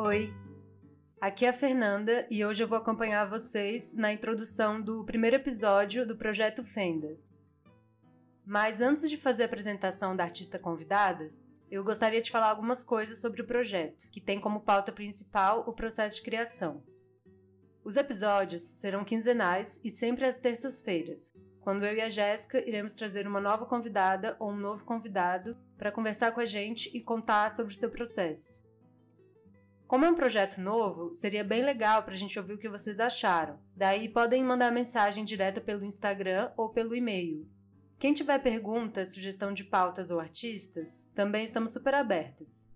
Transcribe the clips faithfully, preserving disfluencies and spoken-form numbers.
Oi, aqui é a Fernanda e hoje eu vou acompanhar vocês na introdução do primeiro episódio do Projeto Fenda. Mas antes de fazer a apresentação da artista convidada, eu gostaria de falar algumas coisas sobre o projeto, que tem como pauta principal o processo de criação. Os episódios serão quinzenais e sempre às terças-feiras, quando eu e a Jéssica iremos trazer uma nova convidada ou um novo convidado para conversar com a gente e contar sobre o seu processo. Como é um projeto novo, seria bem legal para a gente ouvir o que vocês acharam. Daí podem mandar mensagem direta pelo Instagram ou pelo e-mail. Quem tiver perguntas, sugestão de pautas ou artistas, também estamos super abertas.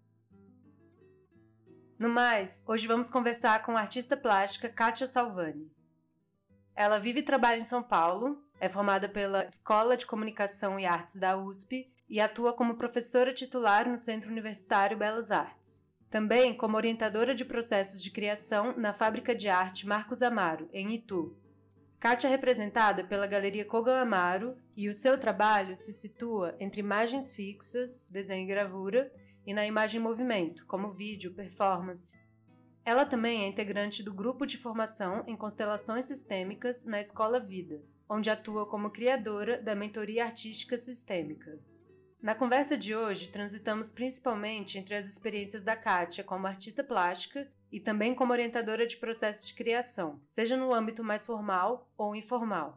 No mais, hoje vamos conversar com a artista plástica Kátia Salvani. Ela vive e trabalha em São Paulo, é formada pela Escola de Comunicação e Artes da U S P e atua como professora titular no Centro Universitário Belas Artes. Também como orientadora de processos de criação na Fábrica de Arte Marcos Amaro, em Itu. Kátia é representada pela Galeria Kogan Amaro e o seu trabalho se situa entre imagens fixas, desenho e gravura, e na imagem em movimento, como vídeo, performance. Ela também é integrante do Grupo de Formação em Constelações Sistêmicas na Escola Vida, onde atua como criadora da Mentoria Artística Sistêmica. Na conversa de hoje, transitamos principalmente entre as experiências da Kátia como artista plástica e também como orientadora de processos de criação, seja no âmbito mais formal ou informal.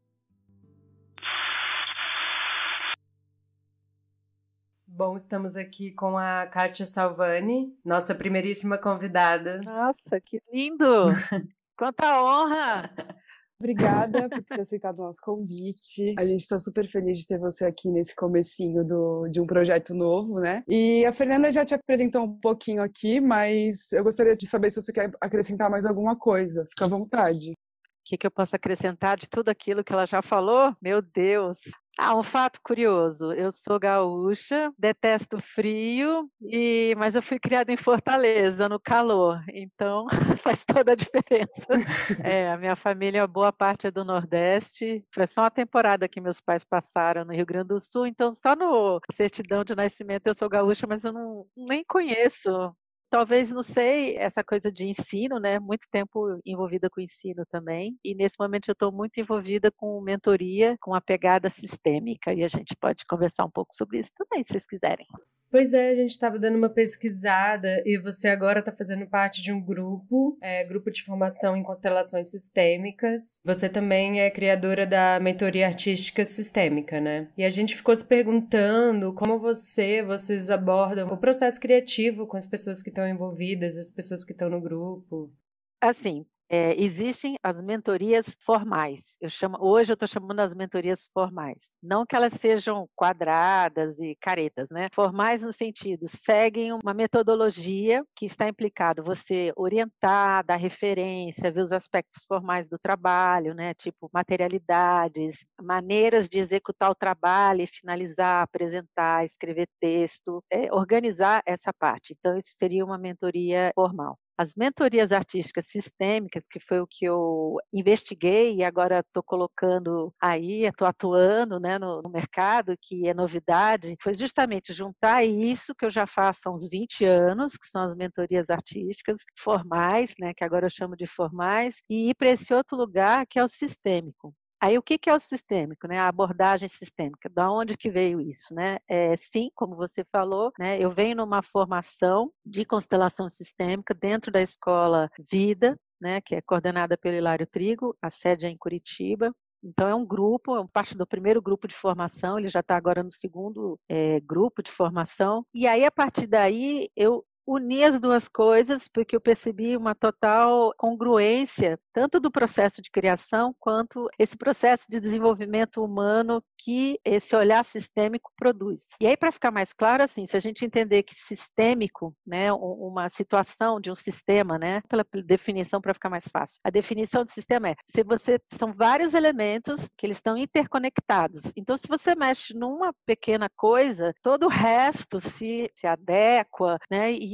Bom, estamos aqui com a Kátia Salvani, nossa primeiríssima convidada. Nossa, que lindo! Quanta honra! Obrigada por ter aceitado o nosso convite. A gente está super feliz de ter você aqui nesse comecinho do, de um projeto novo, né? E a Fernanda já te apresentou um pouquinho aqui, mas eu gostaria de saber se você quer acrescentar mais alguma coisa. Fica à vontade. O que, que eu posso acrescentar de tudo aquilo que ela já falou? Meu Deus! Ah, um fato curioso, eu sou gaúcha, detesto frio, e, mas eu fui criada em Fortaleza, no calor, então faz toda a diferença. É, a minha família, boa parte é do Nordeste, foi só uma temporada que meus pais passaram no Rio Grande do Sul, então só no certidão de nascimento eu sou gaúcha, mas eu não, nem conheço. Talvez, não sei, essa coisa de ensino, né? Muito tempo envolvida com ensino também. E nesse momento eu estou muito envolvida com mentoria, com a pegada sistêmica. E a gente pode conversar um pouco sobre isso também, se vocês quiserem. Pois é, a gente estava dando uma pesquisada e você agora está fazendo parte de um grupo, é, grupo de formação em constelações sistêmicas. Você também é criadora da Mentoria Artística Sistêmica, né? E a gente ficou se perguntando como você, vocês abordam o processo criativo com as pessoas que estão envolvidas, as pessoas que estão no grupo. Assim, É, existem as mentorias formais. Eu chamo, hoje eu estou chamando as mentorias formais. Não que elas sejam quadradas e caretas, né? Formais no sentido, seguem uma metodologia que está implicado você orientar, dar referência, ver os aspectos formais do trabalho, né? Tipo materialidades, maneiras de executar o trabalho e finalizar, apresentar, escrever texto, é, organizar essa parte. Então, isso seria uma mentoria formal. As mentorias artísticas sistêmicas, que foi o que eu investiguei e agora estou colocando aí, estou atuando, né, no, no mercado, que é novidade, foi justamente juntar isso que eu já faço há uns vinte anos, que são as mentorias artísticas formais, né, que agora eu chamo de formais, e ir para esse outro lugar que é o sistêmico. Aí o que é o sistêmico, né? A abordagem sistêmica, da onde que veio isso, né? É, sim, como você falou, né? Eu venho numa formação de constelação sistêmica dentro da escola Vida, né? Que é coordenada pelo Hilário Trigo, a sede é em Curitiba. Então é um grupo, é parte do primeiro grupo de formação, ele já está agora no segundo é, grupo de formação. E aí, a partir daí, eu uni as duas coisas, porque eu percebi uma total congruência, tanto do processo de criação, quanto esse processo de desenvolvimento humano que esse olhar sistêmico produz. E aí, para ficar mais claro, assim, se a gente entender que sistêmico, né, uma situação de um sistema, né, pela definição, para ficar mais fácil, a definição de sistema é, se você, são vários elementos que eles estão interconectados. Então, se você mexe numa pequena coisa, todo o resto se, se adequa, né, e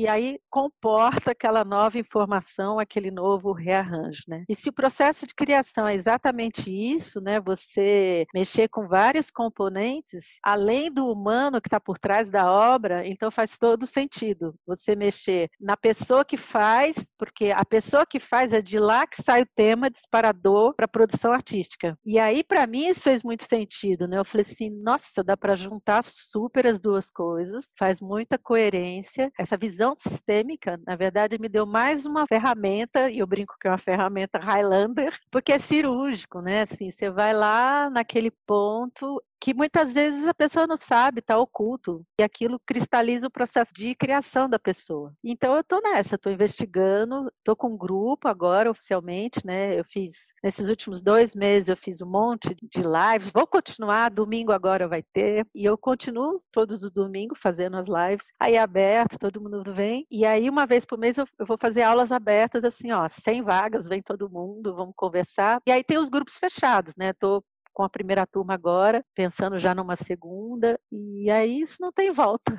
e aí comporta aquela nova informação, aquele novo rearranjo, né? E se o processo de criação é exatamente isso, né? Você mexer com vários componentes, além do humano que está por trás da obra, então faz todo sentido você mexer na pessoa que faz, porque a pessoa que faz é de lá que sai o tema disparador para a produção artística. E aí, para mim, isso fez muito sentido, né? Eu falei assim, nossa, dá para juntar super as duas coisas, faz muita coerência. Essa visão sistêmica, na verdade, me deu mais uma ferramenta, e eu brinco que é uma ferramenta Highlander, porque é cirúrgico, né? Assim, você vai lá naquele ponto que muitas vezes a pessoa não sabe, está oculto, e aquilo cristaliza o processo de criação da pessoa. Então eu estou nessa, estou investigando, estou com um grupo agora oficialmente, né? Eu fiz, nesses últimos dois meses eu fiz um monte de lives, vou continuar, domingo agora vai ter, e eu continuo todos os domingos fazendo as lives, aí é aberto, todo mundo vem, e aí uma vez por mês eu, eu vou fazer aulas abertas, assim, ó, cem vagas, vem todo mundo, vamos conversar, e aí tem os grupos fechados, né? Estou com a primeira turma agora, pensando já numa segunda, e aí isso não tem volta.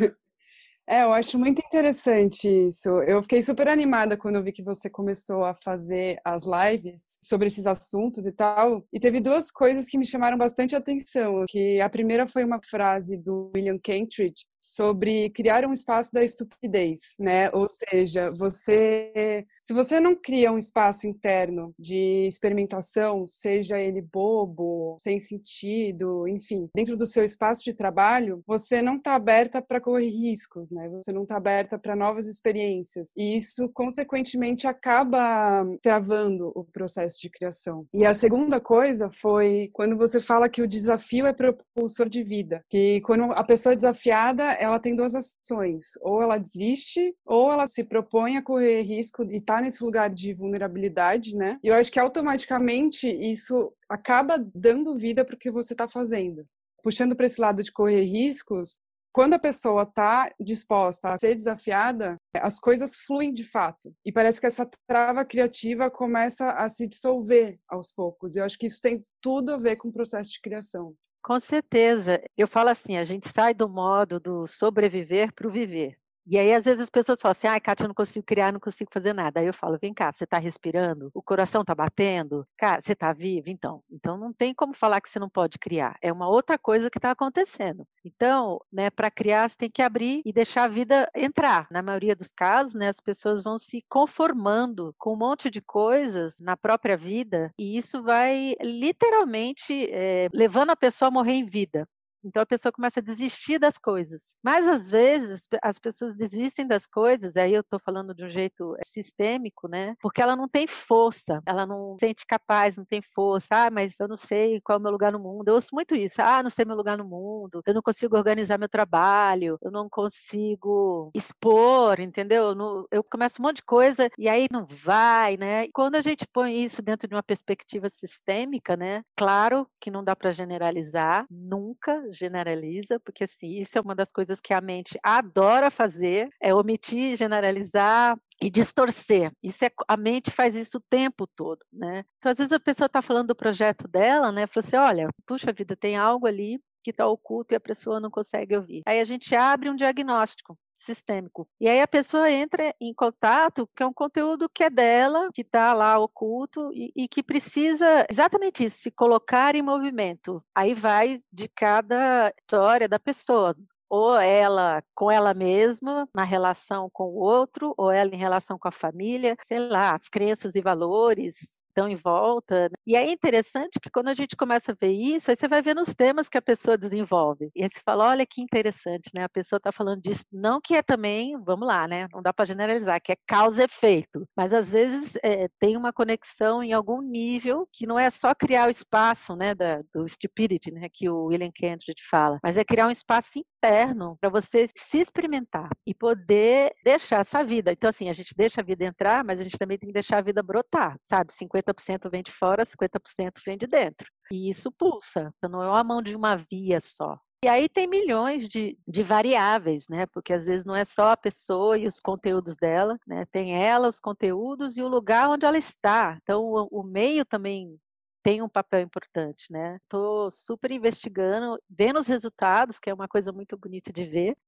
É, eu acho muito interessante isso. Eu fiquei super animada quando eu vi que você começou a fazer as lives sobre esses assuntos e tal. E teve duas coisas que me chamaram bastante atenção. Que a primeira foi uma frase do William Kentridge sobre criar um espaço da estupidez, né? Ou seja, você, se você não cria um espaço interno de experimentação, seja ele bobo, sem sentido, enfim, dentro do seu espaço de trabalho, você não está aberta para correr riscos, né? Você não está aberta para novas experiências. E isso, consequentemente, acaba travando o processo de criação. E a segunda coisa foi quando você fala que o desafio é propulsor de vida, que quando a pessoa é desafiada, ela tem duas ações, ou ela desiste, ou ela se propõe a correr risco e tá nesse lugar de vulnerabilidade, né? E eu acho que automaticamente isso acaba dando vida para o que você está fazendo. Puxando para esse lado de correr riscos, quando a pessoa está disposta a ser desafiada, as coisas fluem de fato. E parece que essa trava criativa começa a se dissolver aos poucos. E eu acho que isso tem tudo a ver com o processo de criação. Com certeza. Eu falo assim, a gente sai do modo do sobreviver para o viver. E aí, às vezes, as pessoas falam assim, ai, Kátia, eu não consigo criar, não consigo fazer nada. Aí eu falo, vem cá, você está respirando? O coração está batendo? Cara, você está vivo? Então, então não tem como falar que você não pode criar. É uma outra coisa que está acontecendo. Então, né, para criar, você tem que abrir e deixar a vida entrar. Na maioria dos casos, né, as pessoas vão se conformando com um monte de coisas na própria vida, e isso vai literalmente é, levando a pessoa a morrer em vida. Então a pessoa começa a desistir das coisas. Mas às vezes as pessoas desistem das coisas, aí eu estou falando de um jeito sistêmico, né? Porque ela não tem força, ela não se sente capaz, não tem força. Ah, mas eu não sei qual é o meu lugar no mundo. Eu ouço muito isso. Ah, não sei meu lugar no mundo, eu não consigo organizar meu trabalho, eu não consigo expor, entendeu? Eu, não, eu começo um monte de coisa e aí não vai, né? E quando a gente põe isso dentro de uma perspectiva sistêmica, né? Claro que não dá para generalizar, nunca generaliza, porque assim, isso é uma das coisas que a mente adora fazer, é omitir, generalizar e distorcer. Isso é, a mente faz isso o tempo todo, né? Então, às vezes a pessoa está falando do projeto dela, né? Fala assim, olha, puxa vida, tem algo ali que está oculto e a pessoa não consegue ouvir. Aí a gente abre um diagnóstico sistêmico. E aí a pessoa entra em contato com um conteúdo que é dela, que está lá oculto e, e que precisa exatamente isso, se colocar em movimento. Aí vai de cada história da pessoa. Ou ela com ela mesma, na relação com o outro, ou ela em relação com a família, sei lá, as crenças e valores estão em volta. E é interessante que quando a gente começa a ver isso, aí você vai vendo os temas que a pessoa desenvolve. E aí você fala, olha que interessante, né? A pessoa está falando disso. Não que é também, vamos lá, né? Não dá para generalizar, que é causa e efeito. Mas às vezes é, tem uma conexão em algum nível que não é só criar o espaço, né? Da, do stupidity, né? Que o William Kentridge fala. Mas é criar um espaço interno para você se experimentar e poder deixar essa vida. Então, assim, a gente deixa a vida entrar, mas a gente também tem que deixar a vida brotar, sabe? cinquenta por cento vem de fora, cinquenta por cento vem de dentro. E isso pulsa, então não é uma mão de uma via só. E aí tem milhões de, de variáveis, né? Porque às vezes não é só a pessoa e os conteúdos dela, né? Tem ela, os conteúdos e o lugar onde ela está. Então o, o meio também tem um papel importante, né? Estou super investigando, vendo os resultados, que é uma coisa muito bonita de ver.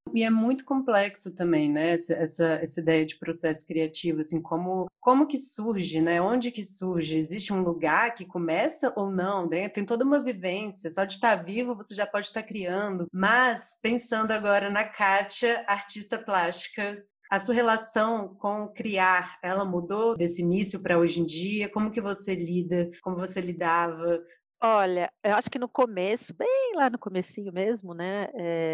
E é muito complexo também, né, essa, essa, essa ideia de processo criativo, assim, como, como que surge, né, onde que surge? Existe um lugar que começa ou não, né? Tem toda uma vivência, só de estar vivo você já pode estar criando, mas pensando agora na Kátia, artista plástica, a sua relação com criar, ela mudou desse início para hoje em dia? Como que você lida, como você lidava? Olha, eu acho que no começo, bem lá no comecinho mesmo, né,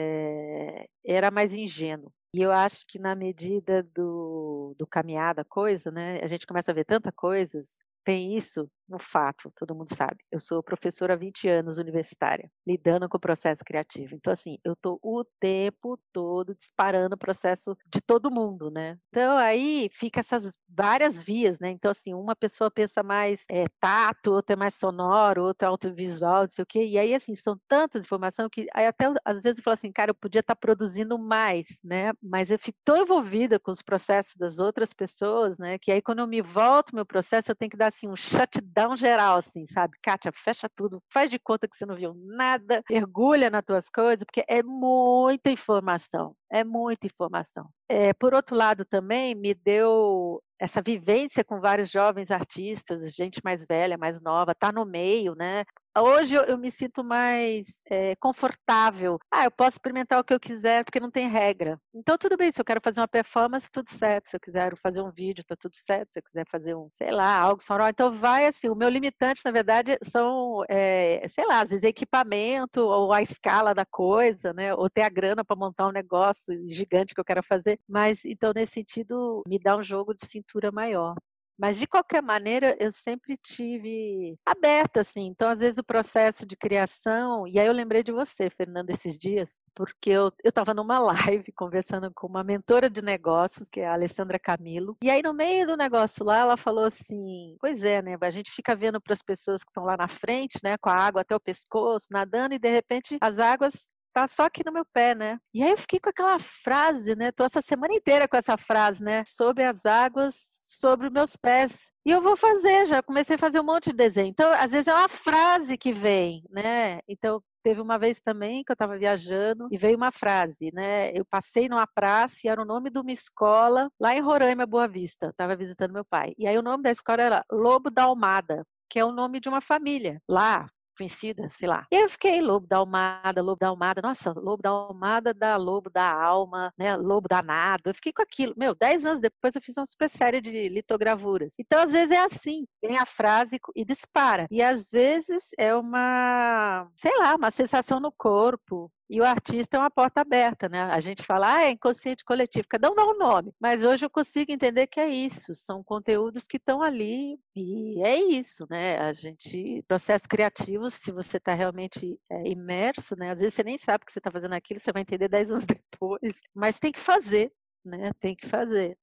eh, era mais ingênuo. E eu acho que na medida do do caminhar da coisa, né, a gente começa a ver tanta coisas, tem isso no fato, todo mundo sabe, eu sou professora há vinte anos universitária, lidando com o processo criativo. Então, assim, eu estou o tempo todo disparando o processo de todo mundo, né. Então aí fica essas várias vias, né, então assim, uma pessoa pensa mais, eh, tato, outra é mais sonoro, outra é audiovisual, não sei o quê, e aí assim, são tantas informação que aí até eu às vezes eu falo assim: "Cara, eu podia estar produzindo mais", né, mas eu fico tão envolvida com os processos das outras pessoas, né, que aí quando eu me volto meu processo, eu tenho que dar assim um shutdown geral, assim, sabe. "Kátia, fecha tudo, faz de conta que você não viu nada, mergulha nas tuas coisas", porque é muita informação, é muita informação. Eh, por outro lado também me deu essa vivência com vários jovens artistas, gente mais velha, mais nova, tá no meio, né. Hoje eu eu me sinto mais, eh, confortável. Ah, eu posso experimentar o que eu quiser, porque não tem regra. Então tudo bem, se eu quero fazer uma performance, tudo certo, se eu quiser fazer um vídeo, tá tudo certo, se eu quiser fazer um, sei lá, algo sonoro, então vai assim, o meu limitante na verdade são, eh, sei lá, às vezes equipamento ou a escala da coisa, né, ou ter a grana para montar um negócio gigante que eu quero fazer, mas então nesse sentido me dá um jogo de cintura maior. Mas de qualquer maneira eu sempre tive aberta, assim, então às vezes o processo de criação e aí eu lembrei de você, Fernanda, esses dias, porque eu eu estava numa live conversando com uma mentora de negócios, que é a Alessandra Camilo, e aí no meio do negócio lá ela falou assim: "Pois é, né, a gente fica vendo para as pessoas que estão lá na frente, né, com a água até o pescoço, nadando e de repente as águas tá só aqui no meu pé, né". E aí eu fiquei com aquela frase, né, tô essa semana inteira com essa frase, né, "sob as águas, sobre os meus pés". E eu vou fazer, já comecei a fazer um monte de desenho. Então, às vezes é uma frase que vem, né. Então, teve uma vez também que eu estava viajando e veio uma frase, né, eu passei numa praça e era o nome de uma escola lá em Roraima, Boa Vista, estava visitando meu pai. E aí o nome da escola era Lobo da Almada, que é o nome de uma família lá, conhecida, sei lá. E aí eu fiquei lobo da almada, lobo da almada, nossa, lobo da almada dá lobo da alma, né, lobo danado. Eu fiquei com aquilo. Meu, dez anos depois eu fiz uma super série de litogravuras. Então, às vezes é assim, vem a frase e dispara. E às vezes é uma, sei lá, uma sensação no corpo. E o artista é uma porta aberta, né? A gente fala, ah, é inconsciente coletivo, cada um dá um nome. Mas hoje eu consigo entender que é isso, são conteúdos que estão ali e é isso, né? A gente, processo criativo, se você está realmente é, imerso, né? Às vezes você nem sabe que você está fazendo aquilo, você vai entender dez anos depois, mas tem que fazer, né? Tem que fazer.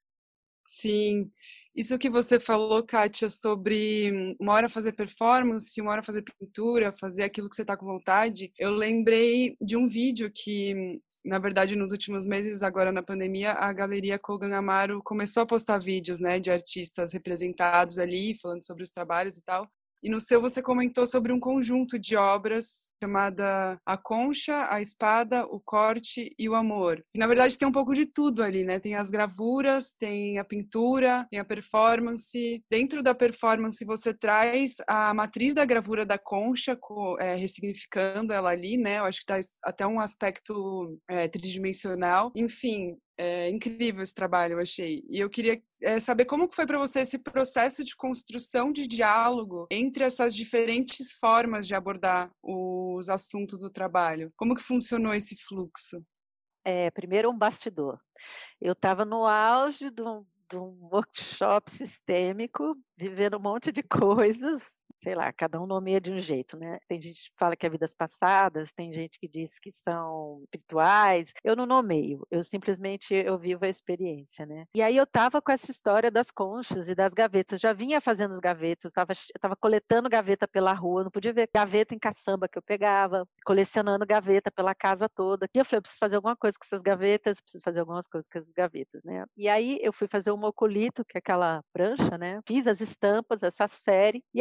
Sim, isso que você falou, Kátia, sobre hum, uma hora fazer performance, uma hora fazer pintura, fazer aquilo que você está com vontade, eu lembrei de um vídeo que, hum, na verdade, nos últimos meses, agora na pandemia, a Galeria Kogan Amaro começou a postar vídeos, né, de artistas representados ali, falando sobre os trabalhos e tal. E no seu você comentou sobre um conjunto de obras chamada A Concha, a Espada, o Corte e o Amor. E, na verdade, tem um pouco de tudo ali, né? Tem as gravuras, tem a pintura, tem a performance. Dentro da performance você traz a matriz da gravura da concha, co- é, ressignificando ela ali, né? Eu acho que traz até um aspecto é, tridimensional. Enfim, é incrível esse trabalho, eu achei. E eu queria é, saber como que foi para você esse processo de construção de diálogo entre essas diferentes formas de abordar os assuntos do trabalho. Como que funcionou esse fluxo? É, primeiro um bastidor. Eu estava no auge de um de um workshop sistêmico, vivendo um monte de coisas, sei lá, cada um nomeia de um jeito, né. Tem gente que fala que é vidas passadas, tem gente que diz que são espirituais, eu não nomeio, eu simplesmente eu vivo a experiência, né. E aí eu estava com essa história das conchas e das gavetas, já vinha fazendo os gavetas, estava eu estava coletando gaveta pela rua, não podia ver gaveta em caçamba que eu pegava, colecionando gaveta pela casa toda. E eu falei: "Eu preciso fazer alguma coisa com essas gavetas, preciso fazer algumas coisas com essas gavetas", né. E aí eu fui fazer o mocolito, que é aquela prancha, né, fiz as estampas, essa série, e aí ficaram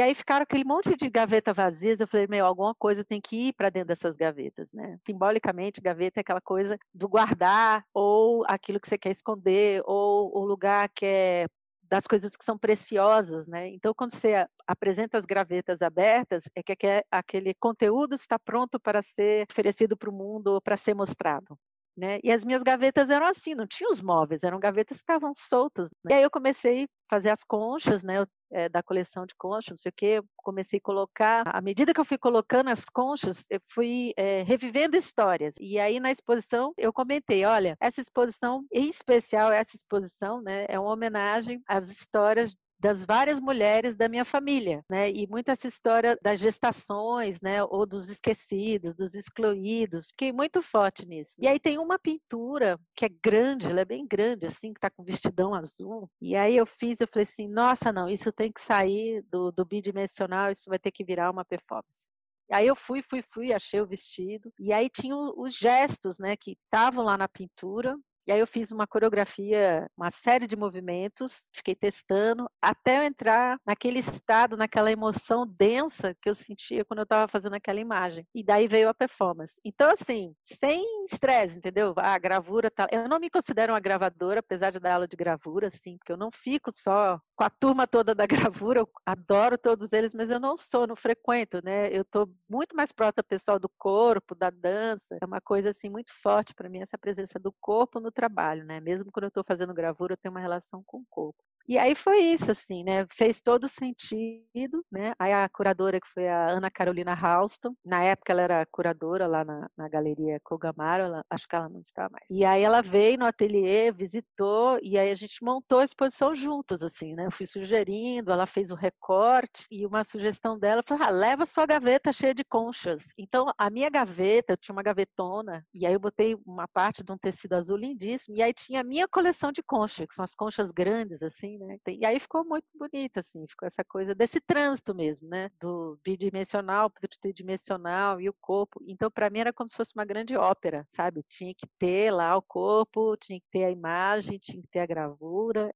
aquele monte de gaveta vazias, eu falei, meu, alguma coisa tem que ir para dentro dessas gavetas, né? Simbolicamente, gaveta é aquela coisa do guardar, ou aquilo que você quer esconder, ou o lugar que é das coisas que são preciosas, né? Então, quando você apresenta as gavetas abertas, é que aquele conteúdo está pronto para ser oferecido para o mundo ou para ser mostrado. Né? E as minhas gavetas eram assim, não tinha os móveis, eram gavetas que estavam soltas. Né? E aí eu comecei a fazer as conchas, né, é, da coleção de conchas, não sei o quê, comecei a colocar, à medida que eu fui colocando as conchas, eu fui é, revivendo histórias. E aí na exposição eu comentei, olha, essa exposição, em especial essa exposição, né, é uma homenagem às histórias das várias mulheres da minha família, né? E muito essa história das gestações, né? Ou dos esquecidos, dos excluídos. Fiquei muito forte nisso. E aí tem uma pintura que é grande, ela é bem grande, assim, que tá com vestidão azul. E aí eu fiz, eu falei assim, nossa, não, isso tem que sair do, do bidimensional, isso vai ter que virar uma performance. Aí eu fui, fui, fui, achei o vestido. E aí tinha os gestos, né? Que estavam lá na pintura. E aí eu fiz uma coreografia, uma série de movimentos, fiquei testando, até eu entrar naquele estado, naquela emoção densa que eu sentia quando eu estava fazendo aquela imagem. E daí veio a performance. Então, assim, sem estresse, entendeu? A gravura tá... Eu não me considero uma gravadora, apesar de dar aula de gravura, assim, porque eu não fico só com a turma toda da gravura, eu adoro todos eles, mas eu não sou, não frequento, né? Eu estou muito mais próxima do pessoal do corpo, da dança. É uma coisa, assim, muito forte para mim, essa presença do corpo no trabalho, né? Mesmo quando eu estou fazendo gravura, eu tenho uma relação com o corpo. E aí foi isso, assim, né? Fez todo sentido, né? Aí a curadora, que foi a Ana Carolina Halston, na época ela era curadora lá na, na Galeria Kogamaro, ela, acho que ela não está mais. E aí ela veio no ateliê, visitou, e aí a gente montou a exposição juntas, assim, né? Eu fui sugerindo, ela fez o recorte, e uma sugestão dela foi, ah, leva sua gaveta cheia de conchas. Então, a minha gaveta, eu tinha uma gavetona, e aí eu botei uma parte de um tecido azul lindíssimo, e aí tinha a minha coleção de conchas, que são as conchas grandes, assim, né? E aí ficou muito bonito, assim, ficou essa coisa desse trânsito mesmo, né? Do bidimensional para o tridimensional e o corpo. Então, para mim, era como se fosse uma grande ópera, sabe? Tinha que ter lá o corpo, tinha que ter a imagem, tinha que ter a gravura.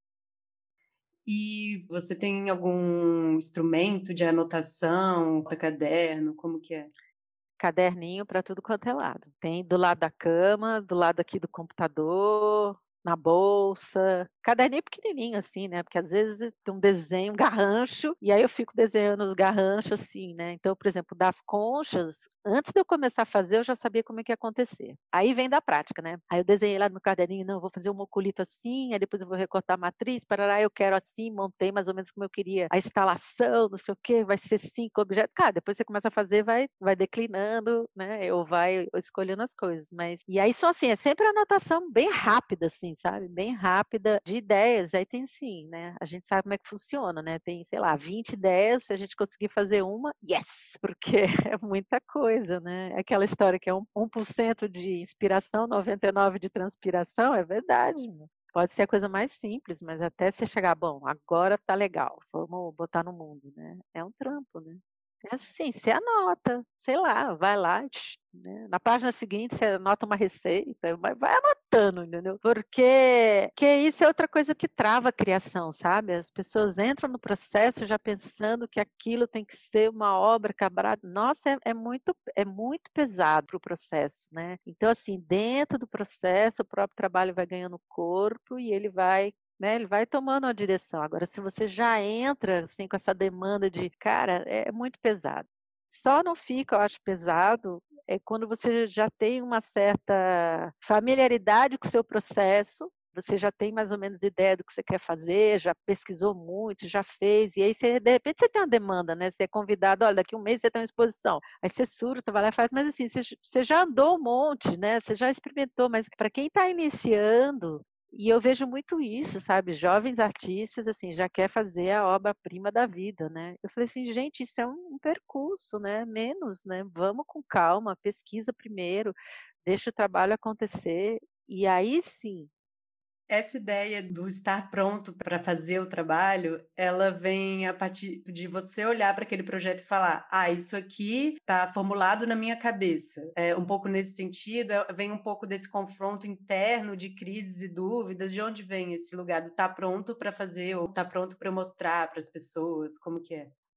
E você tem algum instrumento de anotação, caderno, como que é? Caderninho para tudo quanto é lado. Tem do lado da cama, do lado aqui do computador, na bolsa, caderninho pequenininho assim, né, porque às vezes tem um desenho, um garrancho, e aí eu fico desenhando os garranchos assim, né, então, por exemplo, das conchas, antes de eu começar a fazer, eu já sabia como é que ia acontecer. Aí vem da prática, né, aí eu desenhei lá no meu caderninho, não, eu vou fazer um oculito assim, aí depois eu vou recortar a matriz, parará, eu quero assim, montei mais ou menos como eu queria, a instalação, não sei o que, vai ser cinco objetos, cara, depois você começa a fazer, vai, vai declinando, né, ou vai escolhendo as coisas, mas, e aí só assim, é sempre anotação bem rápida, assim, sabe, bem rápida, de ideias, aí tem sim, né, a gente sabe como é que funciona, né, tem, sei lá, vinte ideias, se a gente conseguir fazer uma, yes, porque é muita coisa, né, aquela história que é um, um por cento de inspiração, noventa e nove por cento de transpiração, é verdade, meu. Pode ser a coisa mais simples, mas até você chegar, bom, agora tá legal, vamos botar no mundo, né, é um trampo, né. É assim, você anota, sei lá, vai lá, tch, né? Na página seguinte você anota uma receita, vai, vai anotando, entendeu? Porque que isso é outra coisa que trava a criação, sabe? As pessoas entram no processo já pensando que aquilo tem que ser uma obra quebrada. Nossa, é, é muito, é muito pesado para o processo, né? Então, assim, dentro do processo, o próprio trabalho vai ganhando corpo e ele vai, né, ele vai tomando uma direção. Agora, se você já entra assim, com essa demanda de, cara, é muito pesado. Só não fica, eu acho, pesado é quando você já tem uma certa familiaridade com o seu processo, você já tem mais ou menos ideia do que você quer fazer, já pesquisou muito, já fez, e aí você, de repente você tem uma demanda, né? Você é convidado, olha, daqui a um mês você tem uma exposição. Aí você surta, vai lá e faz, mas assim, você, você já andou um monte, né? Você já experimentou, mas para quem está iniciando, e eu vejo muito isso, sabe? Jovens artistas, assim, já quer fazer a obra-prima da vida, né? Eu falei assim, gente, isso é um percurso, né? Menos, né? Vamos com calma, pesquisa primeiro, deixa o trabalho acontecer, e aí sim. Essa ideia do estar pronto para fazer o trabalho, ela vem a partir de você olhar para aquele projeto e falar, ah, isso aqui está formulado na minha cabeça. É, um pouco nesse sentido, vem um pouco desse confronto interno de crises e dúvidas, de onde vem esse lugar do estar pronto para fazer ou estar pronto para mostrar para as pessoas, como que é?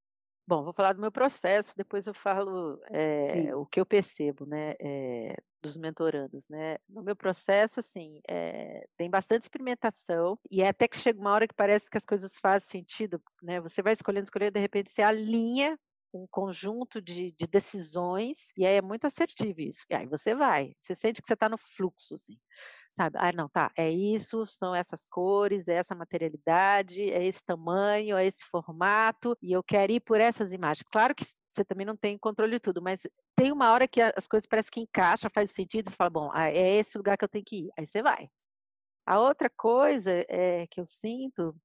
Bom, vou falar do meu processo, depois eu falo, eh, Sim. o que eu percebo, né, eh, dos mentorandos, né. No meu processo, assim, eh, tem bastante experimentação, e é até que chega uma hora que parece que as coisas fazem sentido, né, você vai escolhendo, escolhendo, de repente você alinha um conjunto de de decisões, e aí é muito assertivo isso, e aí você vai, você sente que você está no fluxo, assim. Sabe, "Ah, não, tá, é isso, são essas cores, é essa materialidade, é esse tamanho, é esse formato, e eu quero ir por essas imagens". Claro que você também não tem controle de tudo, mas tem uma hora que a as coisas parecem que encaixa, faz sentido, você fala: "Bom, ah, é esse lugar que eu tenho que ir", aí você vai. A outra coisa, eh, que eu sinto,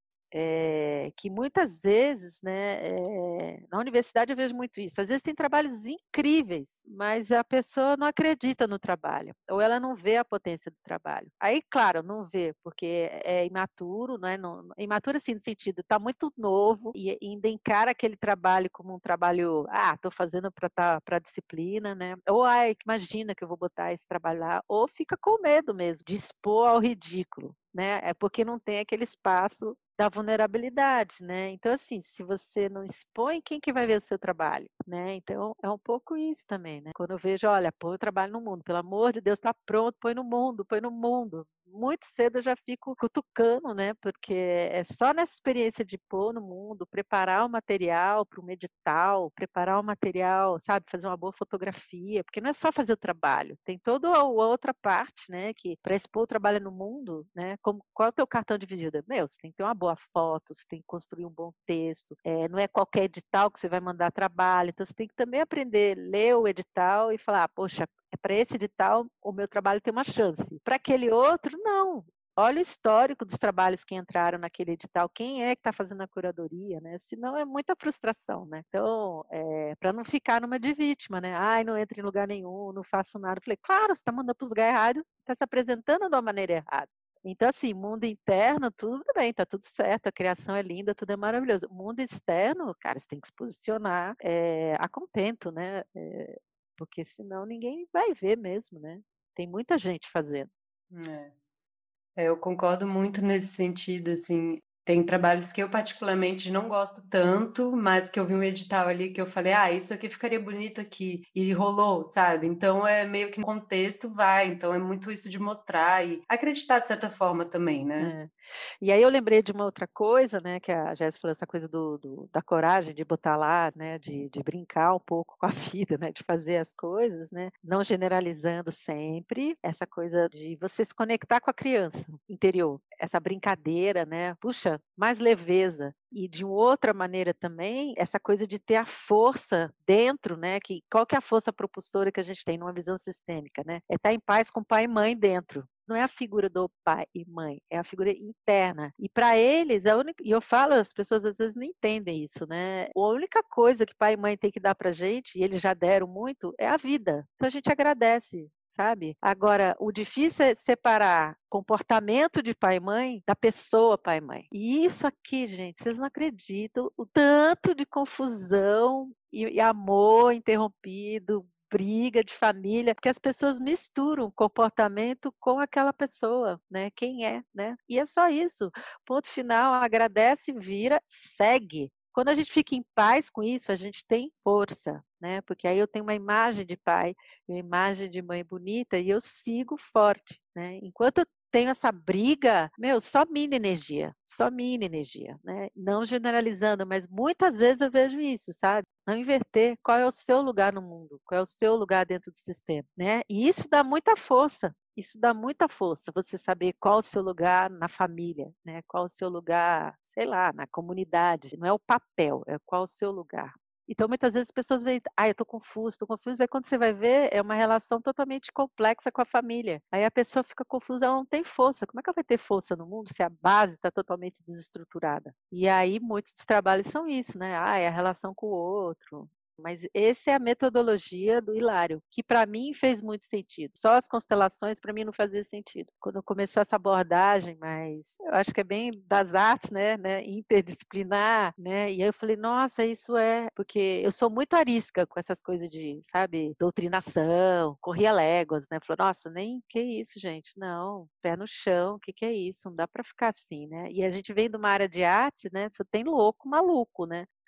é que muitas vezes, né, eh, na universidade eu vejo muito isso, às vezes tem trabalhos incríveis, mas a pessoa não acredita no trabalho, ou ela não vê a potência do trabalho. Aí, claro, não vê, porque é imaturo, né, não é imaturo, assim, no sentido, está muito novo e ainda encara aquele trabalho como um trabalho: "Ah, estou fazendo para estar para disciplina", né, ou: "Ai, imagina que eu vou botar esse trabalho lá", ou fica com medo mesmo de expor ao ridículo, né, é porque não tem aquele espaço da vulnerabilidade, né. Então, assim, se você não expõe, quem que vai ver o seu trabalho, né. Então, é um pouco isso também, né. Quando eu vejo: "Olha, põe o trabalho no mundo, pelo amor de Deus, está pronto, põe no mundo, põe no mundo". Muito cedo eu já fico cutucando, né, porque é só nessa experiência de pôr no mundo, preparar o material para um edital, preparar o material, sabe, fazer uma boa fotografia, porque não é só fazer o trabalho, tem toda a outra parte, né, que para expor o trabalho no mundo, né, como qual é o teu cartão de visita? Meu, você tem que ter uma boa foto, você tem que construir um bom texto, eh, não é qualquer edital que você vai mandar trabalho, então você tem que também aprender, ler o edital e falar: "Ah, poxa, é para esse edital o meu trabalho tem uma chance, para aquele outro não". Olha o histórico dos trabalhos que entraram naquele edital, quem é que está fazendo a curadoria, né, senão é muita frustração, né. Então, eh, para não ficar numa de vítima, né, "Ai, não entro em lugar nenhum, não faço nada", eu falei: "Claro, você está mandando para os lugar errado, está se apresentando de uma maneira errada". Então, assim, mundo interno, tudo bem, tá tudo certo, a criação é linda, tudo é maravilhoso. Mundo externo, cara, você tem que se posicionar, eh, a contento, né, eh, porque senão ninguém vai ver mesmo, né. Tem muita gente fazendo. É. É, eu concordo muito nesse sentido, assim. Tem trabalhos que eu particularmente não gosto tanto, mas que eu vi um edital ali que eu falei: "Ah, isso aqui ficaria bonito aqui", e rolou, sabe. Então é meio que no contexto vai, então é muito isso de mostrar e acreditar de certa forma também, né. É. E aí eu lembrei de uma outra coisa, né, que a Jéssica falou essa coisa do do da coragem de botar lá, né, de de brincar um pouco com a vida, né, de fazer as coisas, né, não generalizando sempre, essa coisa de você se conectar com a criança interior, essa brincadeira, né, puxa, mais leveza. E de uma outra maneira também, essa coisa de ter a força dentro, né, que qual que é a força propulsora que a gente tem numa visão sistêmica, né, é estar em paz com pai e mãe dentro. Não é a figura do pai e mãe, é a figura interna. E para eles, a única e eu falo, as pessoas às vezes não entendem isso, né. A única coisa que pai e mãe têm que dar pra gente, e eles já deram muito, é a vida. Então a gente agradece, sabe. Agora, o difícil é separar comportamento de pai e mãe da pessoa pai e mãe. E isso aqui, gente, vocês não acreditam o tanto de confusão e e amor interrompido, briga de família, porque as pessoas misturam comportamento com aquela pessoa, né, quem é, né. E é só isso, ponto final, agradece, vira, segue. Quando a gente fica em paz com isso, a gente tem força, né, porque aí eu tenho uma imagem de pai, uma imagem de mãe bonita e eu sigo forte, né. Enquanto eu tenho essa briga, meu, só mina energia, só mina energia, né. Não generalizando, mas muitas vezes eu vejo isso, sabe. Não inverter, qual é o seu lugar no mundo, qual é o seu lugar dentro do sistema, né. E isso dá muita força, isso dá muita força, você saber qual o seu lugar na família, né, qual o seu lugar, sei lá, na comunidade, não é o papel, é qual o seu lugar. Então muitas vezes as pessoas veem: "Ai, eu estou confuso, estou confuso", aí quando você vai ver, é uma relação totalmente complexa com a família. Aí a pessoa fica confusa, ela não tem força, como é que ela vai ter força no mundo se a base está totalmente desestruturada? E aí muitos dos trabalhos são isso, né, ah, é a relação com o outro, mas essa é a metodologia do Hilário, que para mim fez muito sentido. Só as constelações para mim não fazia sentido. Quando começou essa abordagem, mas eu acho que é bem das artes, né, né, interdisciplinar, né, e aí eu falei: "Nossa, isso é", porque eu sou muito arisca com essas coisas de, sabe, doutrinação, corria léguas, né, falou: "Nossa, nem que isso gente, não, pé no chão, o que que é isso? Não dá para ficar assim, né". E a gente vem de uma área de arte, né, só tem louco, maluco, né.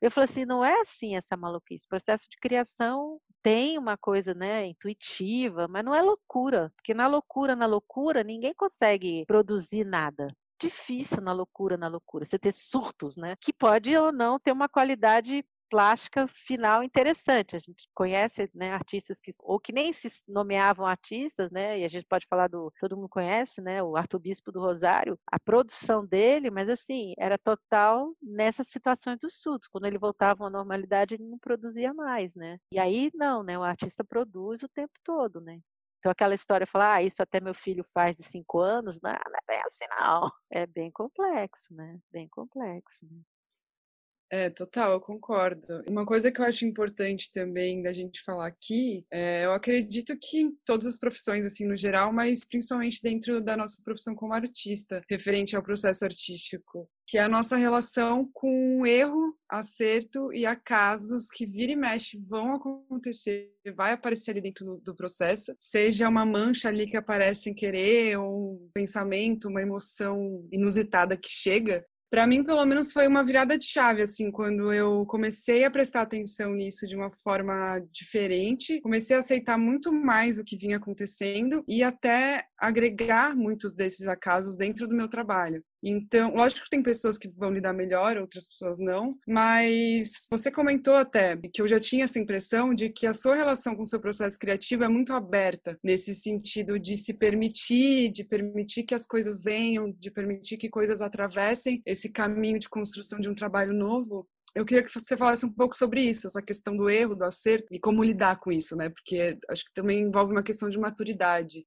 Eu falei assim, não é assim essa maluquice. O processo de criação tem uma coisa, né, intuitiva, mas não é loucura, porque na loucura, na loucura, ninguém consegue produzir nada. Difícil na loucura, na loucura, você ter surtos, né, que pode ou não ter uma qualidade plástica final interessante. A gente conhece, né, artistas que ou que nem se nomeavam artistas, né, e a gente pode falar do, todo mundo conhece, né, o Arcebispo do Rosário, a produção dele, mas assim, era total nessas situações dos surtos. Quando ele voltava à normalidade, ele não produzia mais, né? E aí não, né, o artista produz o tempo todo, né? Então aquela história, falar, ah, isso até meu filho faz de cinco anos, não, não é bem assim não. É bem complexo, né? Bem complexo, né? É, total, eu concordo. Uma coisa que eu acho importante também da gente falar aqui, é, eu acredito que em todas as profissões, assim, no geral, mas principalmente dentro da nossa profissão como artista, referente ao processo artístico, que é a nossa relação com erro, acerto e acasos que vira e mexe vão acontecer, vai aparecer ali dentro do, do processo, seja uma mancha ali que aparece sem querer, ou um pensamento, uma emoção inusitada que chega. Para mim, pelo menos, foi uma virada de chave, assim, quando eu comecei a prestar atenção nisso de uma forma diferente, comecei a aceitar muito mais o que vinha acontecendo e até agregar muitos desses acasos dentro do meu trabalho. Então, lógico que tem pessoas que vão lidar melhor, outras pessoas não, mas você comentou até que eu já tinha essa impressão de que a sua relação com o seu processo criativo é muito aberta, nesse sentido de se permitir, de permitir que as coisas venham, de permitir que coisas atravessem esse caminho de construção de um trabalho novo. Eu queria que você falasse um pouco sobre isso, essa questão do erro, do acerto e como lidar com isso, né? Porque acho que também envolve uma questão de maturidade.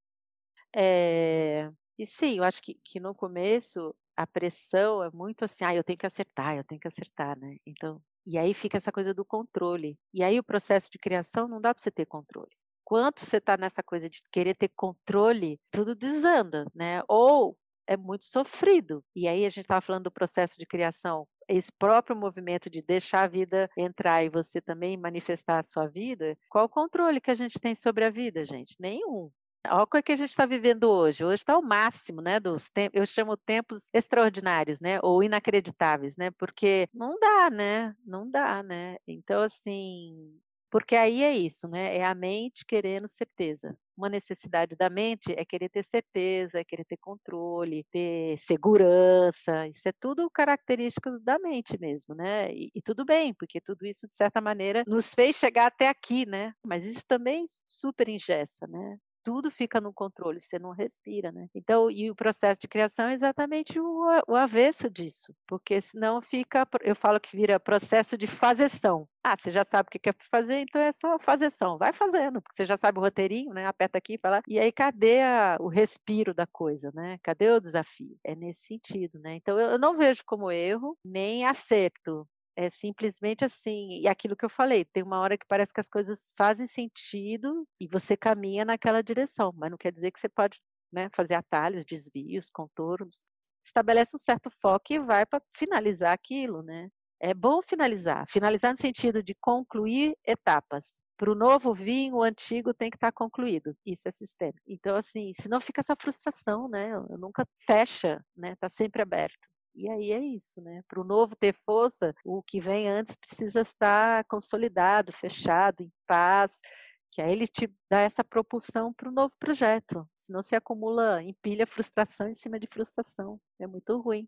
É, e sim, eu acho que, que no começo a pressão é muito assim, ah, eu tenho que acertar, eu tenho que acertar, né? Então, e aí fica essa coisa do controle. E aí o processo de criação não dá para você ter controle. Quanto você está nessa coisa de querer ter controle, tudo desanda, né? Ou é muito sofrido. E aí a gente estava falando do processo de criação, esse próprio movimento de deixar a vida entrar e você também manifestar a sua vida. Qual o controle que a gente tem sobre a vida, gente? Nenhum. Olha o que a gente está vivendo hoje. Hoje está o máximo, né? Dos tempos, eu chamo tempos extraordinários, né? Ou inacreditáveis, né? Porque não dá, né? Não dá, né? Então, assim, porque aí é isso, né? É a mente querendo certeza. Uma necessidade da mente é querer ter certeza, é querer ter controle, ter segurança. Isso é tudo característico da mente mesmo, né? E, e tudo bem, porque tudo isso, de certa maneira, nos fez chegar até aqui, né? Mas isso também super engessa, né? Tudo fica no controle, você não respira, né? Então, e o processo de criação é exatamente o, o avesso disso, porque senão fica, eu falo que vira processo de fazeção. Ah, você já sabe o que quer fazer, então é só fazeção. Vai fazendo, porque você já sabe o roteirinho, né? Aperta aqui, fala. E aí, cadê a, o respiro da coisa, né? Cadê o desafio? É nesse sentido, né? Então, eu, eu não vejo como erro, nem acerto. É simplesmente assim, e aquilo que eu falei, tem uma hora que parece que as coisas fazem sentido e você caminha naquela direção, mas não quer dizer que você pode, né, fazer atalhos, desvios, contornos. Estabelece um certo foco e vai para finalizar aquilo, né? É bom finalizar, finalizar no sentido de concluir etapas. Para o novo vinho, o antigo tem que estar concluído. Isso é sistema. Então, assim, senão fica essa frustração, né? Nunca fecha, né? Está sempre aberto. E aí é isso, né? Para o novo ter força, o que vem antes precisa estar consolidado, fechado, em paz, que aí ele te dá essa propulsão para o novo projeto. Senão se acumula, empilha frustração em cima de frustração. É muito ruim.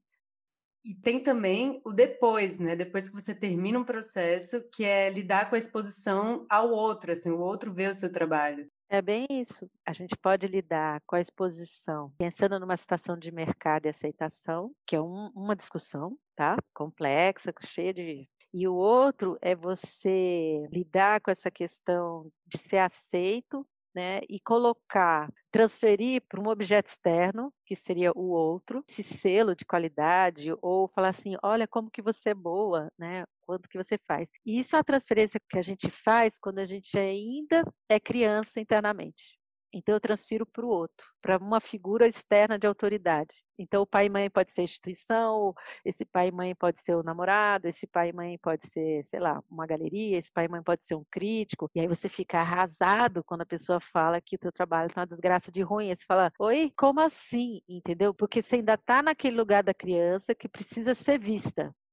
E tem também o depois, né? Depois que você termina um processo, que é lidar com a exposição ao outro, assim, o outro vê o seu trabalho. É bem isso. A gente pode lidar com a exposição pensando numa situação de mercado e aceitação, que é um, uma discussão, tá? Complexa, cheia de. E o outro é você lidar com essa questão de ser aceito, né? E colocar, transferir para um objeto externo, que seria o outro, esse selo de qualidade, ou falar assim, olha como que você é boa, né? Quanto que você faz. E isso é a transferência que a gente faz quando a gente ainda é criança internamente. Então eu transfiro para o outro, para uma figura externa de autoridade. Então o pai e mãe pode ser a instituição, esse pai e mãe pode ser o namorado, esse pai e mãe pode ser, sei lá, uma galeria, esse pai e mãe pode ser um crítico. E aí você fica arrasado quando a pessoa fala que o teu trabalho está uma desgraça de ruim. Aí você fala, oi, como assim? Entendeu? Porque você ainda está naquele lugar da criança que precisa ser vista.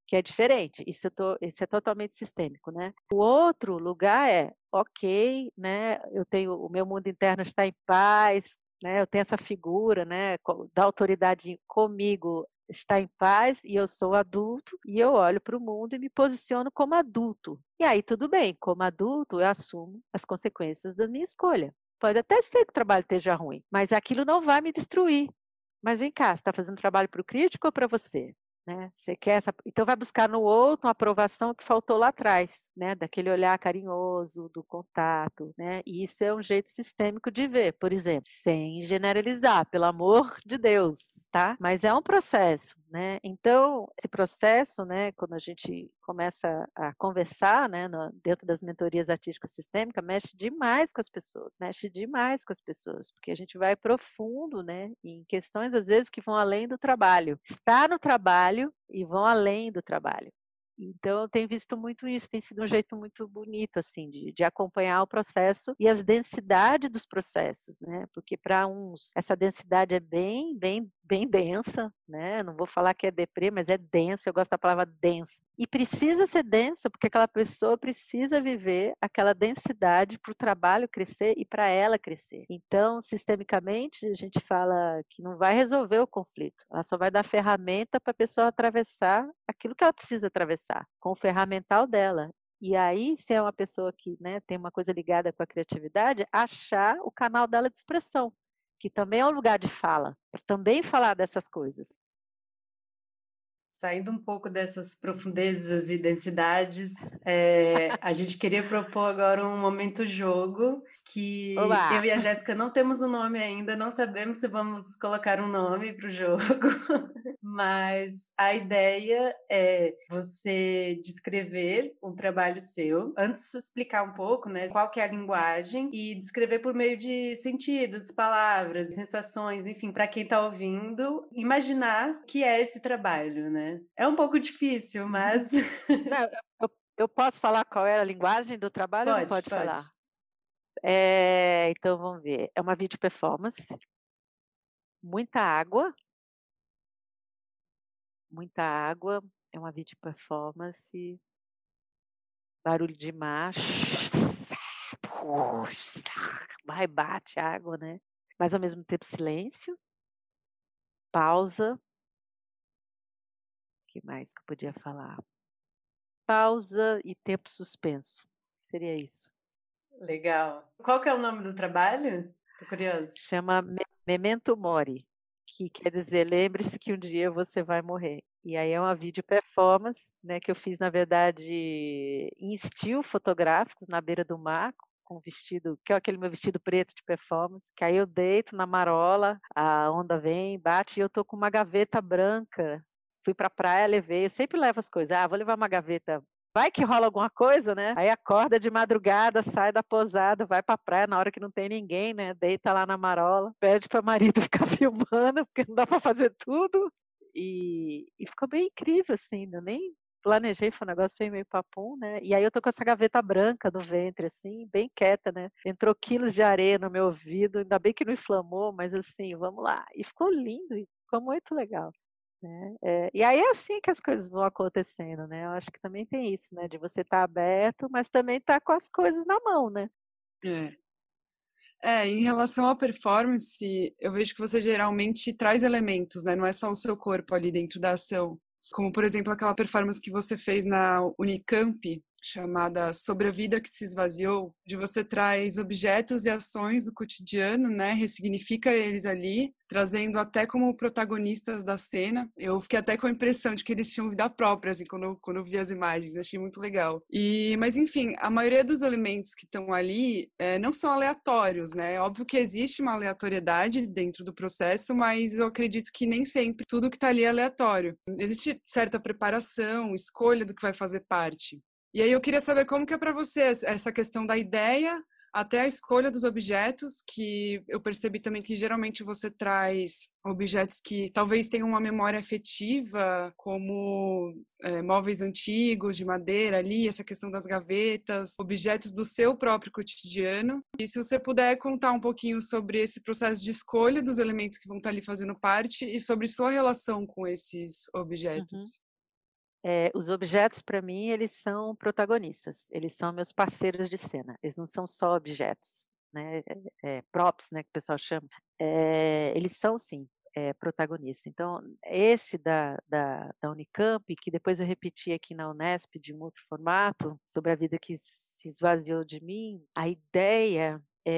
que é diferente. Isso, eu tô, isso é totalmente sistêmico, né? O outro lugar é, ok, né? Eu tenho, o meu mundo interno está em paz, né? Eu tenho essa figura, né? Da autoridade comigo está em paz e eu sou adulto e eu olho para o mundo e me posiciono como adulto. E aí tudo bem, como adulto eu assumo as consequências da minha escolha. Pode até ser que o trabalho esteja ruim, mas aquilo não vai me destruir. Mas vem cá, você está fazendo trabalho para o crítico ou para você? Né? Você quer essa... Então vai buscar no outro uma aprovação que faltou lá atrás, né? Daquele olhar carinhoso, do contato, né? E isso é um jeito sistêmico de ver, por exemplo, sem generalizar, pelo amor de Deus, tá? Mas é um processo, né? Então esse processo, né? Quando a gente começa a conversar, né? No, dentro das mentorias artísticas sistêmicas, mexe demais com as pessoas, mexe demais com as pessoas, porque a gente vai profundo, né? Em questões às vezes que vão além do trabalho. Está no trabalho e vão além do trabalho. Então, eu tenho visto muito isso, tem sido um jeito muito bonito, assim, de, de acompanhar o processo e as densidades dos processos, né? Porque para uns, essa densidade é bem, bem, bem densa, né? Não vou falar que é deprê, mas é densa, eu gosto da palavra densa. E precisa ser densa, porque aquela pessoa precisa viver aquela densidade para o trabalho crescer e para ela crescer. Então, sistemicamente, a gente fala que não vai resolver o conflito, ela só vai dar ferramenta para a pessoa atravessar aquilo que ela precisa atravessar, com o ferramental dela. E aí, se é uma pessoa que, né, tem uma coisa ligada com a criatividade, achar o canal dela de expressão, que também é um lugar de fala, para também falar dessas coisas. Saindo um pouco dessas profundezas e densidades, é, a gente queria propor agora um momento jogo, que Olá. eu e a Jéssica não temos um nome ainda, não sabemos se vamos colocar um nome para o jogo, mas a ideia é você descrever um trabalho seu, antes de explicar um pouco, né, qual que é a linguagem, e descrever por meio de sentidos, palavras, sensações, enfim, para quem está ouvindo, imaginar o que é esse trabalho, né? É um pouco difícil, mas... Não, eu, eu posso falar qual era a linguagem do trabalho pode, ou não pode, pode falar? É, então, vamos ver. É uma vídeo performance. Muita água. Muita água. É uma vídeo performance. Barulho de mar. Vai, bate água, né? Mas ao mesmo tempo silêncio. Pausa. O que mais que eu podia falar? Pausa e tempo suspenso. Seria isso. Legal. Qual que é o nome do trabalho? Tô curiosa. Chama Memento Mori, que quer dizer, lembre-se que um dia você vai morrer. E aí é uma vídeo performance, né, que eu fiz, na verdade, em estilo fotográficos, na beira do mar, com vestido, que é aquele meu vestido preto de performance, que aí eu deito na marola, a onda vem, bate, e eu tô com uma gaveta branca. Fui pra praia, levei, eu sempre levo as coisas. Ah, vou levar uma gaveta. Vai que rola alguma coisa, né? Aí acorda de madrugada, sai da pousada, vai pra praia na hora que não tem ninguém, né? Deita lá na marola, pede para o marido ficar filmando, porque não dá para fazer tudo. E, e ficou bem incrível, assim, eu nem planejei, foi um negócio bem meio papum, né? E aí eu tô com essa gaveta branca no ventre, assim, bem quieta, né? Entrou quilos de areia no meu ouvido, ainda bem que não inflamou, mas assim, vamos lá. E ficou lindo, e ficou muito legal. Né? É, e aí é assim que as coisas vão acontecendo, né? Eu acho que também tem isso, né? De você estar tá aberto, mas também estar tá com as coisas na mão, né? É. É, em relação à performance, eu vejo que você geralmente traz elementos, né? Não é só o seu corpo ali dentro da ação. Como, por exemplo, aquela performance que você fez na Unicamp, chamada Sobre a Vida que se Esvaziou, de você traz objetos e ações do cotidiano, né? Ressignifica eles ali, trazendo até como protagonistas da cena. Eu fiquei até com a impressão de que eles tinham vida própria, assim, quando eu, quando eu vi as imagens. Achei muito legal. E, mas, enfim, a maioria dos elementos que estão ali é, não são aleatórios, né? Óbvio que existe uma aleatoriedade dentro do processo, mas eu acredito que nem sempre tudo que está ali é aleatório. Existe certa preparação, escolha do que vai fazer parte. E aí eu queria saber como que é para você essa questão da ideia até a escolha dos objetos, que eu percebi também que geralmente você traz objetos que talvez tenham uma memória afetiva, como é, móveis antigos de madeira ali, essa questão das gavetas, objetos do seu próprio cotidiano. E se você puder contar um pouquinho sobre esse processo de escolha dos elementos que vão estar ali fazendo parte e sobre sua relação com esses objetos. Uhum. É, os objetos, para mim, eles são protagonistas, eles são meus parceiros de cena, eles não são só objetos, né, é, é, props, né, que o pessoal chama, é, eles são, sim, é, protagonistas. Então, esse da, da, da Unicamp, que depois eu repeti aqui na Unesp, de um outro formato, sobre a vida que se esvaziou de mim, a ideia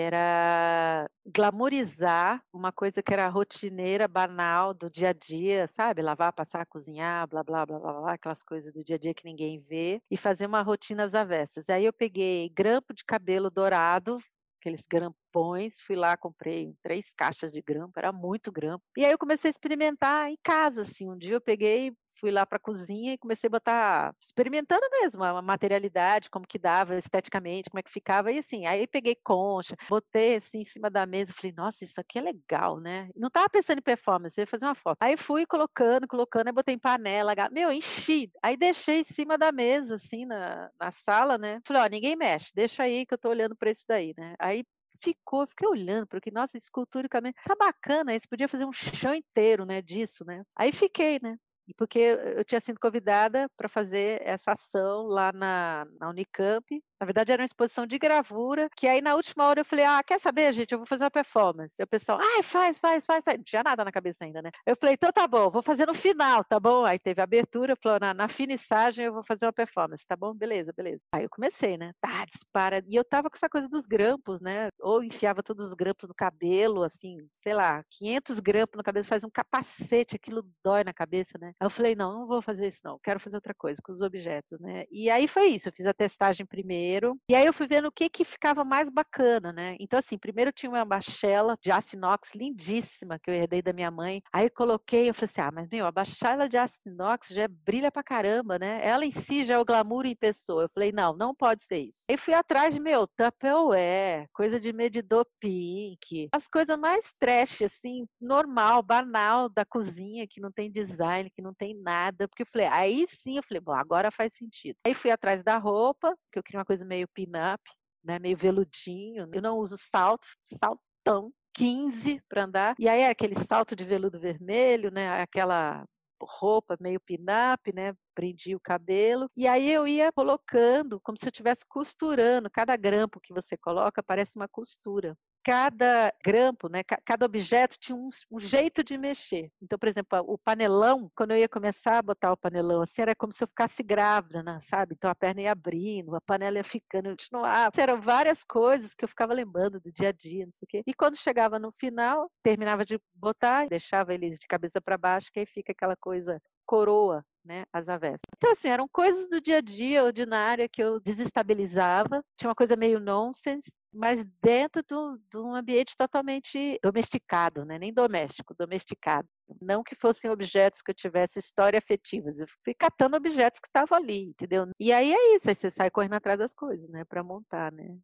era glamorizar uma coisa que era rotineira, banal, do dia a dia, sabe? Lavar, passar, cozinhar, blá, blá, blá, blá, blá, aquelas coisas do dia a dia que ninguém vê, e fazer uma rotina às avessas. Aí eu peguei grampo de cabelo dourado, aqueles grampões, fui lá, comprei três caixas de grampo, era muito grampo. E aí eu comecei a experimentar em casa, assim. Um dia eu peguei, fui lá para a cozinha e comecei a botar, experimentando mesmo a materialidade, como que dava esteticamente, como é que ficava, e assim, aí peguei concha, botei assim em cima da mesa, falei, nossa, isso aqui é legal, né? Não estava pensando em performance, eu ia fazer uma foto. Aí fui colocando, colocando, aí botei em panela, meu, enchi, aí deixei em cima da mesa, assim, na, na sala, né? Falei, ó, ninguém mexe, deixa aí que eu tô olhando para isso daí, né? Aí ficou, fiquei olhando, porque, nossa, esculturicamente, tá bacana, você podia fazer um chão inteiro, né, disso, né? Aí fiquei, né? E porque eu tinha sido convidada para fazer essa ação lá na, na Unicamp. Na verdade, era uma exposição de gravura, que aí na última hora eu falei, ah, quer saber, gente, eu vou fazer uma performance. E o pessoal, ai, faz, faz, faz, faz. Não tinha nada na cabeça ainda, né? Eu falei, então tá bom, vou fazer no final, tá bom? Aí teve a abertura, falou, na, na finissagem eu vou fazer uma performance, tá bom? Beleza, beleza. Aí eu comecei, né? Tá, dispara. E eu tava com essa coisa dos grampos, né? Ou enfiava todos os grampos no cabelo, assim, sei lá, quinhentos grampos no cabelo, faz um capacete, aquilo dói na cabeça, né? Aí eu falei, não, não vou fazer isso não, quero fazer outra coisa com os objetos, né? E aí foi isso, eu fiz a testagem primeiro, e aí eu fui vendo o que que ficava mais bacana, né? Então assim, primeiro tinha uma bachela de aço inox lindíssima, que eu herdei da minha mãe, aí eu coloquei, eu falei assim, ah, mas meu, a bachela de aço inox já brilha pra caramba, né? Ela em si já é o glamour em pessoa. Eu falei, não, não pode ser isso. Aí fui atrás de, meu, Tupperware, coisa de medidor pink, as coisas mais trash, assim, normal, banal da cozinha, que não tem design, que não tem nada, porque eu falei, aí sim, eu falei, bom, agora faz sentido. Aí fui atrás da roupa, que eu queria uma coisa meio pin-up, né, meio veludinho, eu não uso salto, saltão, quinze para andar, e aí era aquele salto de veludo vermelho, né, aquela roupa meio pin-up, né, prendia o cabelo, e aí eu ia colocando, como se eu estivesse costurando, cada grampo que você coloca parece uma costura. Cada grampo, né, cada objeto tinha um, um jeito de mexer. Então, por exemplo, o panelão, quando eu ia começar a botar o panelão assim, era como se eu ficasse grávida, né, sabe? Então a perna ia abrindo, a panela ia ficando, eu continuava. Eram várias coisas que eu ficava lembrando do dia a dia, não sei o quê. E quando chegava no final, terminava de botar, deixava eles de cabeça para baixo, que aí fica aquela coisa coroa, né, as avessas. Então, assim, eram coisas do dia a dia, ordinária, que eu desestabilizava. Tinha uma coisa meio nonsense, mas dentro de um ambiente totalmente domesticado, né? Nem doméstico, domesticado. Não que fossem objetos que eu tivesse história afetivas, eu fui catando objetos que estavam ali, entendeu? E aí é isso, aí você sai correndo atrás das coisas, né, para montar, né?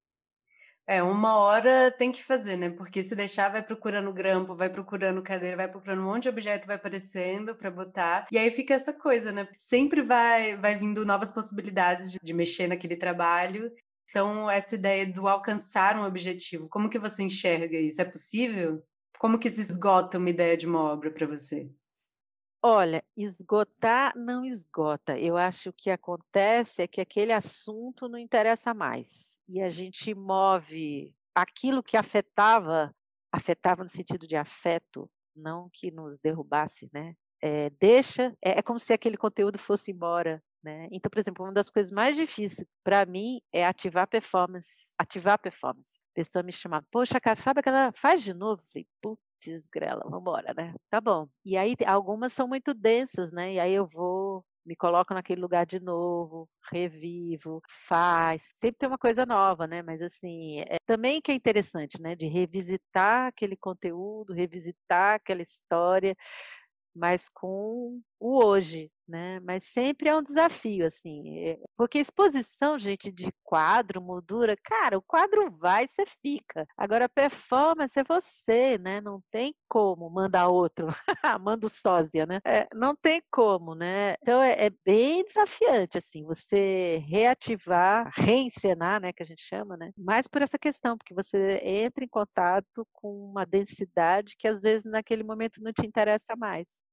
É, uma hora tem que fazer, né? Porque se deixar, vai procurando grampo, vai procurando cadeira, vai procurando um monte de objeto, vai aparecendo pra botar. E aí fica essa coisa, né? Sempre vai, vai vindo novas possibilidades de, de mexer naquele trabalho. Então, essa ideia do alcançar um objetivo, como que você enxerga isso? É possível? Como que se esgota uma ideia de uma obra para você? Olha, esgotar não esgota. Eu acho que acontece é que aquele assunto não interessa mais. E a gente move aquilo que afetava, afetava no sentido de afeto, não que nos derrubasse, né? É, deixa, é, é como se aquele conteúdo fosse embora, né? Então, por exemplo, uma das coisas mais difíceis para mim é ativar performance. Ativar performance. A pessoa me chama, poxa, cara, sabe aquela. Faz de novo? Eu falei, putz, grela, vamos embora, né? Tá bom. E aí algumas são muito densas, né? E aí eu vou, me coloco naquele lugar de novo, revivo, faz. Sempre tem uma coisa nova, né? Mas assim, é também que é interessante, né? De revisitar aquele conteúdo, revisitar aquela história, mas com o hoje, né? Mas sempre é um desafio, assim, é, porque exposição, gente, de quadro, moldura, cara, o quadro vai, você fica. Agora, a performance é você, né? Não tem como mandar outro, manda o sósia, né? É, não tem como, né? Então, é, é bem desafiante, assim, você reativar, reencenar, né, que a gente chama, né? Mas por essa questão, porque você entra em contato com uma densidade que, às vezes, naquele momento não te interessa mais.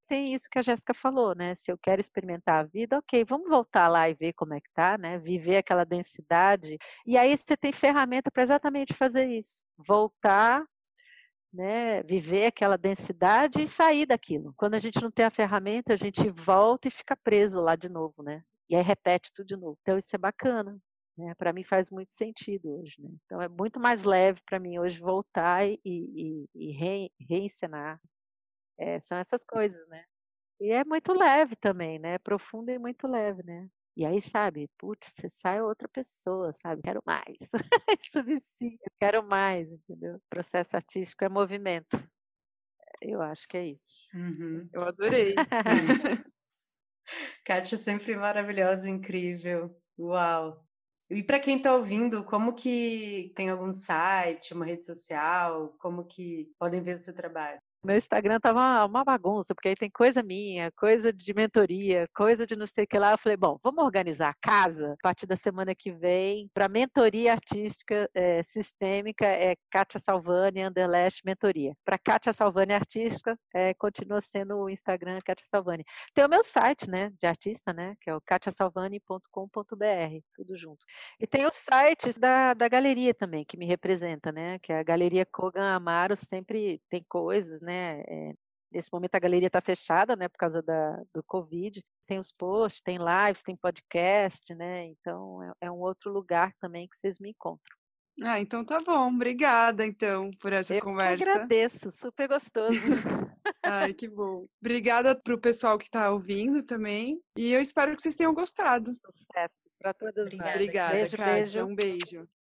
tem isso que a Jéssica falou, né? Se eu quero experimentar a vida, ok, vamos voltar lá e ver como é que tá, né? Viver aquela densidade. E aí você tem ferramenta para exatamente fazer isso. Voltar, né? Viver aquela densidade e sair daquilo. Quando a gente não tem a ferramenta, a gente volta e fica preso lá de novo, né? E aí repete tudo de novo. Então isso é bacana. Né? Para mim faz muito sentido hoje, né? Então é muito mais leve para mim hoje voltar e, e, e re, reencenar. É, são essas coisas, né? E é muito leve também, né? Profundo e muito leve, né? E aí, sabe, putz, você sai outra pessoa, sabe? Quero mais. Isso vicia, quero mais, entendeu? O processo artístico é movimento. Eu acho que é isso. Uhum. Eu adorei. Sim. Kátia sempre maravilhosa, incrível. Uau! E para quem está ouvindo, como que tem algum site, uma rede social, como que podem ver o seu trabalho? Meu Instagram tava uma, uma bagunça, porque aí tem coisa minha, coisa de mentoria, coisa de não sei o que lá. Eu falei, bom, vamos organizar a casa a partir da semana que vem para mentoria artística é, sistêmica, é Kátia Salvani, underlash mentoria. Para Kátia Salvani Artística, é, continua sendo o Instagram Kátia Salvani. Tem o meu site, né, de artista, né, que é o katia salvani ponto com ponto b r, tudo junto. E tem os sites da, da galeria também, que me representa, né, que é a Galeria Kogan Amaro, sempre tem coisas, né, É, nesse momento a galeria está fechada, né, por causa da, do Covid. Tem os posts, tem lives, tem podcast, né? Então é, é um outro lugar também que vocês me encontram. Ah, então tá bom. Obrigada, então, por essa Eu conversa. que agradeço, super gostoso. Ai, que bom. Obrigada pro pessoal que está ouvindo também. E eu espero que vocês tenham gostado. Sucesso para todas nós. Obrigada. Obrigada, Beijo, Kátia. beijo. Um beijo.